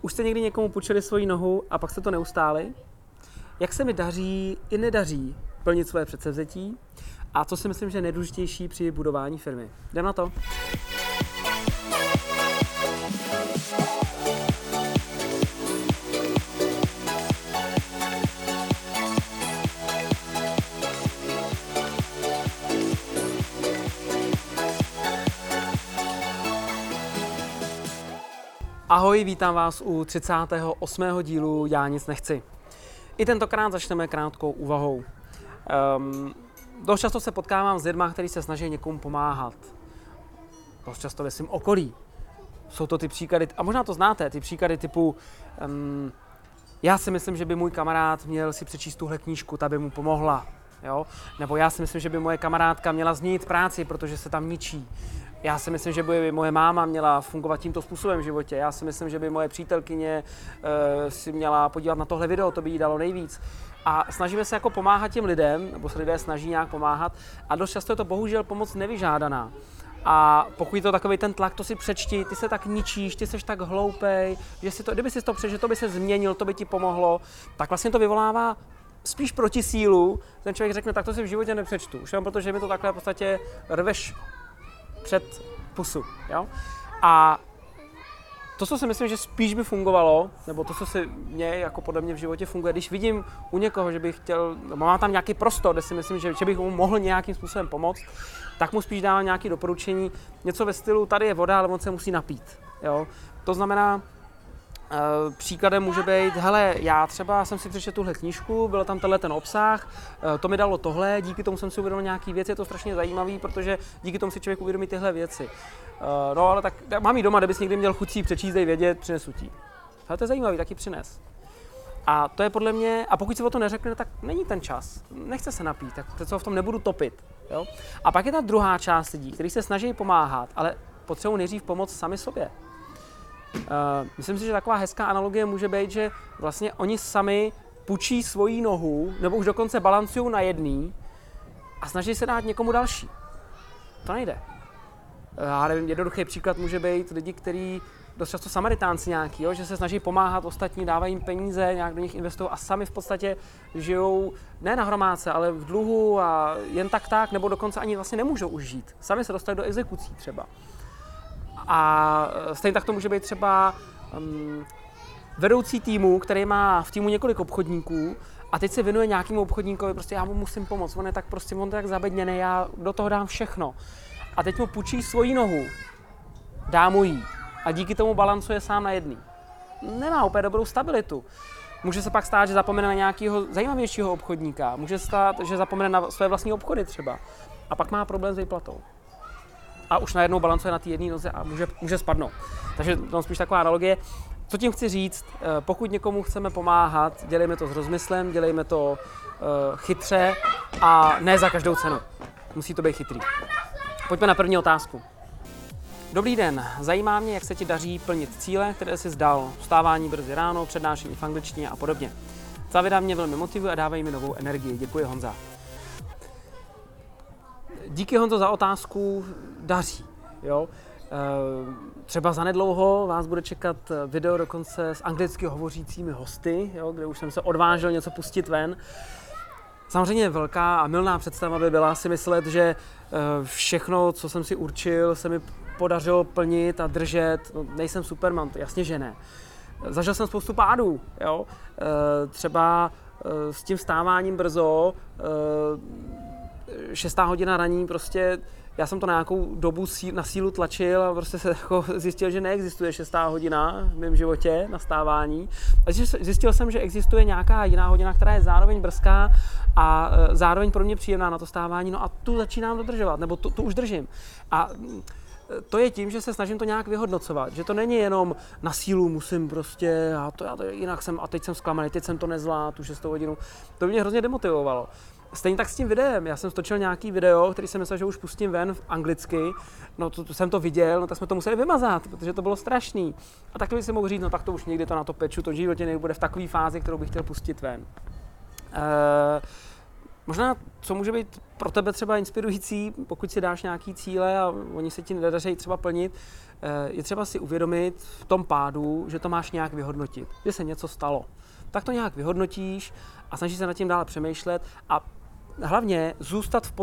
Už jste někdy někomu půjčili svoji nohu a pak jste to neustáli? Jak se mi daří i nedaří plnit svoje předsevzetí? A co si myslím, že je nejdůležitější při budování firmy? Jdem na to. Ahoj, vítám vás u 38. dílu Já nic nechci. I tentokrát začneme krátkou úvahou. Dost často se potkávám s lidmi, kteří se snaží někomu pomáhat. Dost často ve svém okolí. Jsou to ty příklady, a možná to znáte, ty příklady typu já si myslím, že by můj kamarád měl si přečíst tuhle knížku, ta by mu pomohla. Jo? Nebo já si myslím, že by moje kamarádka měla změnit práci, protože se tam ničí. Já si myslím, že by moje máma měla fungovat tímto způsobem v životě. Já si myslím, že by moje přítelkyně si měla podívat na tohle video, to by jí dalo nejvíc. A snažíme se jako pomáhat těm lidem, nebo se lidé snaží nějak pomáhat a dost často je to bohužel pomoc nevyžádaná. A pokud je to takový ten tlak, to si přečti, ty se tak ničíš, ty seš tak hloupej, že si to, kdyby si to přečetl, to by se změnil, to by ti pomohlo, tak vlastně to vyvolává spíš proti sílu. Ten člověk řekne, tak to si v životě nepřečtu, už jenom protože mi to takhle v podstatě rveš před pusu, jo? A to, co si myslím, že spíš by fungovalo, nebo to, co si mě jako podle mě v životě funguje, když vidím u někoho, že bych chtěl, mám tam nějaký prostor, kde si myslím, že bych mu mohl nějakým způsobem pomoct, tak mu spíš dávám nějaké doporučení, něco ve stylu, tady je voda, ale on se musí napít, jo? To znamená, příkladem může být, hele, já třeba jsem si přečetl tuhle knížku, byl tam tenhle ten obsah, to mi dalo tohle, díky tomu jsem si uvědomil nějaký věci, je to strašně zajímavý, protože díky tomu si člověk uvědomí tyhle věci. No ale tak mám jí doma, kdybys někdy měl chuť si přečíst, dej vědět, přinesu ti. Ale to je zajímavý, taky přines. A to je podle mě, a pokud se o to neřekne, tak není ten čas, nechce se napít, tak přece v tom nebudu topit. Jo? A pak je ta druhá část lidí, kteří se snaží pomáhat, ale potřebují nejdřív pomoct sami sobě. Myslím si, že taková hezká analogie může být, že vlastně oni sami půjčí svoji nohu, nebo už dokonce balancují na jedný a snaží se dát někomu další. To nejde. Já nevím, jednoduchý příklad může být lidi, kteří dost často samaritánci nějaký, jo, že se snaží pomáhat ostatní, dávají jim peníze, nějak do nich investují a sami v podstatě žijou ne na hromádce, ale v dluhu a jen tak, nebo dokonce ani vlastně nemůžou už žít. Sami se dostali do exekucí třeba. A stejně tak to může být třeba vedoucí týmu, který má v týmu několik obchodníků a teď se věnuje nějakému obchodníkovi, prostě já mu musím pomoct, on je tak zabedněný, já do toho dám všechno. A teď mu půjčí svoji nohu, dá mu jí a díky tomu balancuje sám na jedný. Nemá úplně dobrou stabilitu. Může se pak stát, že zapomene na nějakého zajímavějšího obchodníka, může se stát, že zapomene na své vlastní obchody třeba a pak má problém s výplatou. A už najednou balancuje na té jedné noze a může spadnout. Takže to je spíš taková analogie. Co tím chci říct, pokud někomu chceme pomáhat, dělejme to s rozmyslem, dělejme to chytře a ne za každou cenu. Musí to být chytrý. Pojďme na první otázku. Dobrý den, zajímá mě, jak se ti daří plnit cíle, které jsi zdal. Vstávání brzy ráno, přednášení v angličtině a podobně. Ta videa mě velmi motivuje a dávají mi novou energii. Děkuji, Honza. Díky, Honzo, za otázku. Daří. Jo? Třeba zanedlouho vás bude čekat video dokonce s anglicky hovořícími hosty, jo? Kde už jsem se odvážil něco pustit ven. Samozřejmě velká a mylná představa by byla si myslet, že všechno, co jsem si určil, se mi podařilo plnit a držet. No, nejsem Superman, to jasně, že ne. Zažil jsem spoustu pádů. Jo? Třeba s tím vstáváním brzo, 6. hodina raní, prostě já jsem to na nějakou dobu na sílu tlačil a prostě se jako zjistil, že neexistuje 6. hodina v mém životě na stávání. A zjistil jsem, že existuje nějaká jiná hodina, která je zároveň brzká a zároveň pro mě příjemná na to stávání, no a tu začínám dodržovat, nebo tu už držím. A to je tím, že se snažím to nějak vyhodnocovat, že to není jenom na sílu musím prostě, já to jinak jsem, a teď jsem zklamaný, teď jsem to nezvládl, tu 6. hodinu. To by mě hrozně demotivovalo. Stejně tak s tím videem. Já jsem stočil nějaký video, který jsem myslel, že už pustím ven v anglicky. No to jsem to viděl, no tak jsme to museli vymazat, protože to bylo strašný. A takhle si mohl říct, no tak to už někdy to na to peču, to v životě nebude v takové fázi, kterou bych chtěl pustit ven. Možná, co může být pro tebe třeba inspirující, pokud si dáš nějaký cíle a oni se ti nedaří třeba plnit, je třeba si uvědomit v tom pádu, že to máš nějak vyhodnotit, že se něco stalo. Tak to nějak vyhodnotíš a snažíš se nad tím dál přemýšlet a hlavně zůstat v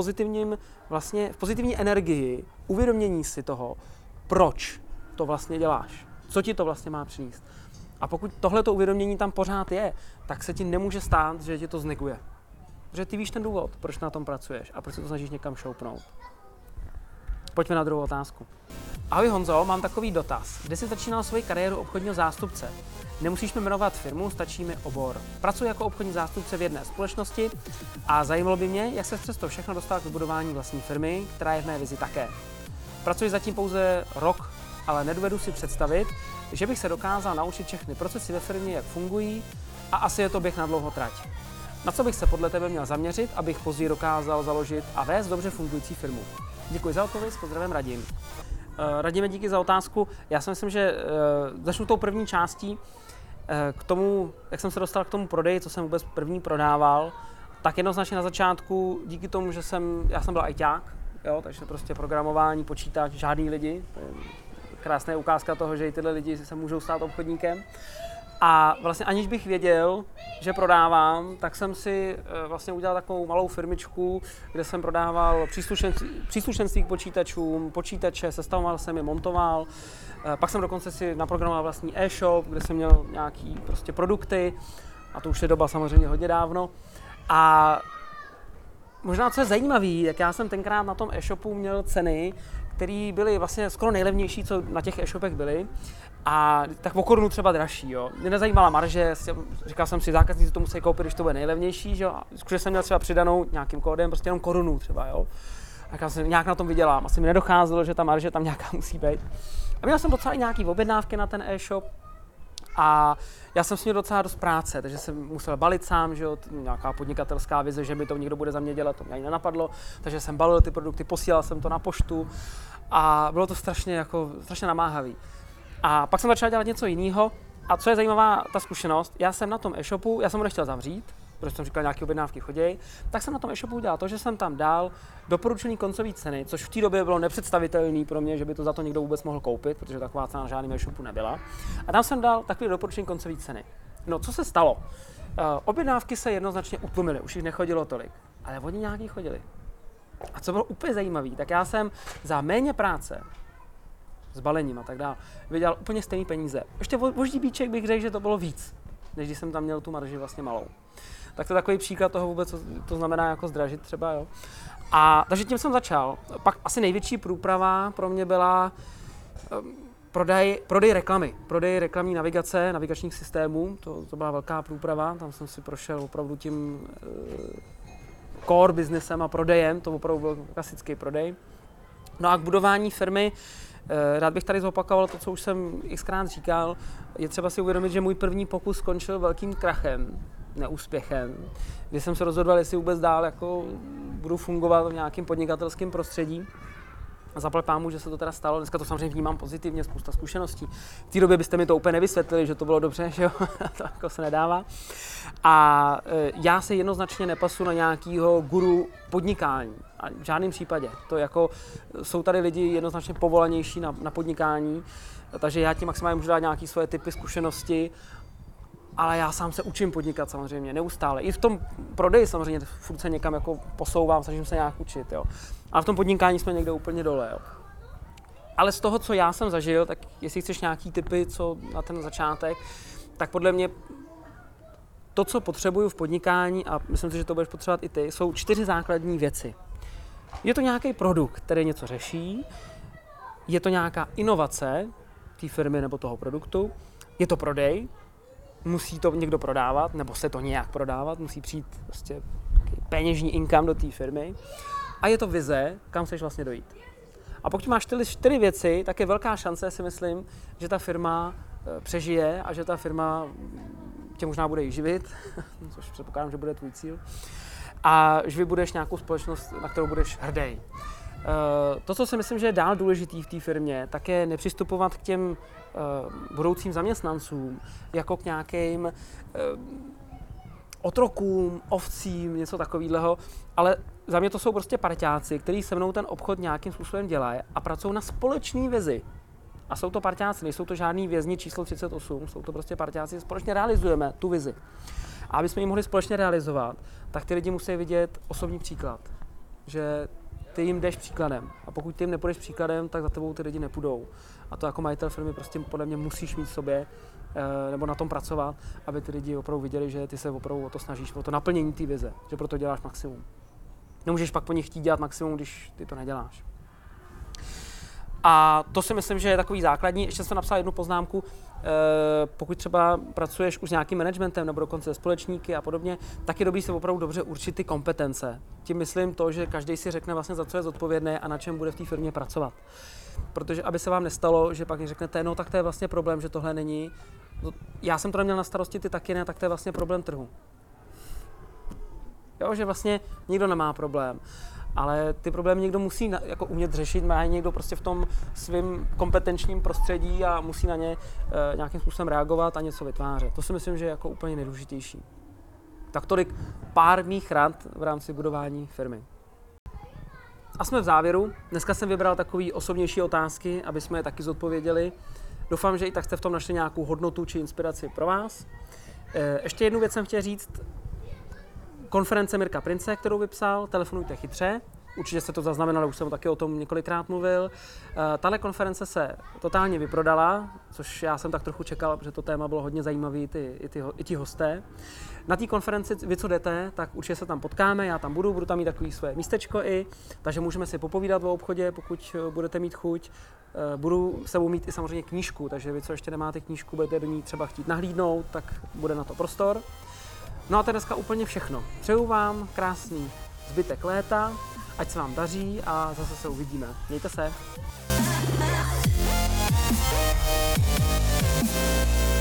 pozitivní energii, uvědomění si toho, proč to vlastně děláš, co ti to vlastně má přinést. A pokud tohleto uvědomění tam pořád je, tak se ti nemůže stát, že ti to zneguje. Protože ty víš ten důvod, proč na tom pracuješ a proč se to snažíš někam šoupnout. Pojďme na druhou otázku. Ahoj Honzo, mám takový dotaz. Kdy jsi začínal svoji kariéru obchodního zástupce? Nemusíš mi jmenovat firmu, stačí mi obor. Pracuji jako obchodní zástupce v jedné společnosti a zajímalo by mě, jak se přes to všechno dostal k vybudování vlastní firmy, která je v mé vizi také. Pracuji zatím pouze rok, ale nedovedu si představit, že bych se dokázal naučit všechny procesy ve firmě, jak fungují, a asi je to běh na dlouhou trať. Na co bych se podle tebe měl zaměřit, abych později dokázal založit a vést dobře fungující firmu? Děkuji za odpověď, s pozdravem Radim. Radime, díky za otázku. Já si myslím, že začnu tou první částí k tomu, jak jsem se dostal k tomu prodeji, co jsem vůbec první prodával, tak jednoznačně na začátku, díky tomu, že já jsem byl ajťák, jo, takže prostě programování, počítač, žádný lidi. To je krásná ukázka toho, že i tyhle lidi se můžou stát obchodníkem. A vlastně aniž bych věděl, že prodávám, tak jsem si vlastně udělal takovou malou firmičku, kde jsem prodával příslušenství k počítačům, počítače, sestavoval jsem je, montoval. Pak jsem dokonce si naprogramoval vlastní e-shop, kde jsem měl nějaký prostě produkty, a to už je doba samozřejmě hodně dávno. A možná, co je zajímavé, jak já jsem tenkrát na tom e-shopu měl ceny, které byly vlastně skoro nejlevnější, co na těch e-shopech byly. A tak o korunu třeba dražší, jo. Mě nezajímala marže, říkal jsem si, zákazníci to musí koupit, když to bude nejlevnější, jo. Když jsem měl třeba přidanou nějakým kódem, prostě jenom korunu třeba, jo. Tak já jsem nějak na tom vydělám, asi mi nedocházelo, že ta marže tam nějaká musí být. A měl jsem docela i nějaký objednávky na ten e-shop a já jsem s ním docela dost práce, takže jsem musel balit sám, že jo, nějaká podnikatelská vize, že mi to někdo bude za mě dělat, to mě ani nenapadlo, takže jsem balil ty produkty, posílal jsem to na poštu a bylo to strašně namáhavý. A pak jsem začal dělat něco jiného a co je zajímavá ta zkušenost, já jsem na tom e-shopu, já jsem ho nechtěl zavřít, protože jsem říkal, nějaké objednávky choděj, tak jsem na tom e-shopu udělal to, že jsem tam dal doporučený koncový ceny, což v té době bylo nepředstavitelné pro mě, že by to za to někdo vůbec mohl koupit, protože taková cena na žádném e-shopu nebyla. A tam jsem dal takové doporučený koncové ceny. No, co se stalo? Objednávky se jednoznačně utlumily, už jich nechodilo tolik, ale oni nějaký chodili. A co bylo úplně zajímavé, tak já jsem za méně práce s balením a tak dále vydělal úplně stejný peníze. Ještě o ždíbíček bych řekl, že to bylo víc, než když jsem tam měl tu marži vlastně malou. Tak to je takový příklad toho vůbec, co to znamená jako zdražit třeba, jo. A takže tím jsem začal. Pak asi největší průprava pro mě byla prodej reklamy, prodej reklamní navigace, navigačních systémů, to byla velká průprava, tam jsem si prošel opravdu tím core businessem a prodejem, to opravdu byl klasický prodej. No a k budování firmy, rád bych tady zopakoval to, co už jsem xkrát říkal, je třeba si uvědomit, že můj první pokus skončil velkým krachem, neúspěchem, kdy jsem se rozhodoval, jestli vůbec dál jako budu fungovat v nějakém podnikatelském prostředí. A zaplať pámu, že se to teda stalo, dneska to samozřejmě vnímám pozitivně, spousta zkušeností. V té době byste mi to úplně nevysvětlili, že to bylo dobře, že jo, to jako se nedává. A já se jednoznačně nepasu na nějakého guru podnikání, a v žádném případě. To jako, jsou tady lidi jednoznačně povolanější na podnikání, takže já ti maximálně můžu dát nějaké svoje typy, zkušenosti, ale já sám se učím podnikat samozřejmě, neustále. I v tom prodeji samozřejmě furt se někam jako posouvám, snažím se nějak učit, jo. Ale v tom podnikání jsme někde úplně dole, jo. Ale z toho, co já jsem zažil, tak jestli chceš nějaký tipy, co na ten začátek, tak podle mě to, co potřebuju v podnikání, a myslím si, že to budeš potřebovat i ty, jsou 4 základní věci. Je to nějaký produkt, který něco řeší, je to nějaká inovace té firmy nebo toho produktu, je to prodej, musí to někdo prodávat, nebo se to nějak prodávat, musí přijít prostě peněžní income do té firmy a je to vize, kam chceš vlastně dojít. A pokud máš tyhle 4 věci, tak je velká šance, si myslím, že ta firma přežije a že ta firma tě možná bude i živit, což předpokládám, že bude tvůj cíl, a že vybuduješ nějakou společnost, na kterou budeš hrdý. To, co si myslím, že je dál důležitý v té firmě, tak je nepřistupovat k těm budoucím zaměstnancům jako k nějakým otrokům, ovcím, něco takového, ale za mě to jsou prostě parťáci, kteří se mnou ten obchod nějakým způsobem dělají a pracují na společné vizi. A jsou to parťáci, nejsou to žádný vězni číslo 38, jsou to prostě parťáci, společně realizujeme tu vizi. A aby jsme ji mohli společně realizovat, tak ty lidi musí vidět osobní příklad. Že ty jim jdeš příkladem. A pokud ty jim nepůjdeš příkladem, tak za tebou ty lidi nepůjdou. A to jako majitel firmy prostě podle mě musíš mít v sobě, nebo na tom pracovat, aby ty lidi opravdu viděli, že ty se opravdu o to snažíš, o to naplnění té vize, že proto děláš maximum. Nemůžeš pak po nich chtít dělat maximum, když ty to neděláš. A to si myslím, že je takový základní. Ještě jsem napsal jednu poznámku, pokud třeba pracuješ už s nějakým managementem nebo dokonce se společníky a podobně, tak je dobrý se opravdu dobře určit ty kompetence. Tím myslím to, že každý si řekne vlastně, za co je zodpovědný a na čem bude v té firmě pracovat. Protože aby se vám nestalo, že pak řeknete, no tak to je vlastně problém, že tohle není. No, já jsem to neměl na starosti, ty taky ne, tak to je vlastně problém trhu. Jo, že vlastně nikdo nemá problém. Ale ty problémy někdo musí jako umět řešit, má je někdo prostě v tom svém kompetenčním prostředí a musí na ně nějakým způsobem reagovat a něco vytvářet. To si myslím, že je jako úplně nejdůležitější. Tak tolik pár mých rad v rámci budování firmy. A jsme v závěru. Dneska jsem vybral takové osobnější otázky, aby jsme je taky zodpověděli. Doufám, že i tak jste v tom našli nějakou hodnotu či inspiraci pro vás. Ještě jednu věc jsem chtěl říct. Konference Mirka Prince, kterou vypsal, telefonujte chytře. Určitě jste to zaznamenali, už jsem taky o tom několikrát mluvil. Tahle konference se totálně vyprodala, což já jsem tak trochu čekal, protože to téma bylo hodně zajímavé, i ti hosté. Na té konferenci, vy co jdete, tak určitě se tam potkáme, já tam budu tam mít takový své místečko i, takže můžeme si popovídat o obchodě, pokud budete mít chuť. Budu s sebou mít i samozřejmě knížku, takže vy co ještě nemáte knížku, budete do ní třeba chtít nahlídnout, tak bude na to prostor. No a to je dneska úplně všechno. Přeju vám krásný zbytek léta, ať se vám daří a zase se uvidíme. Mějte se.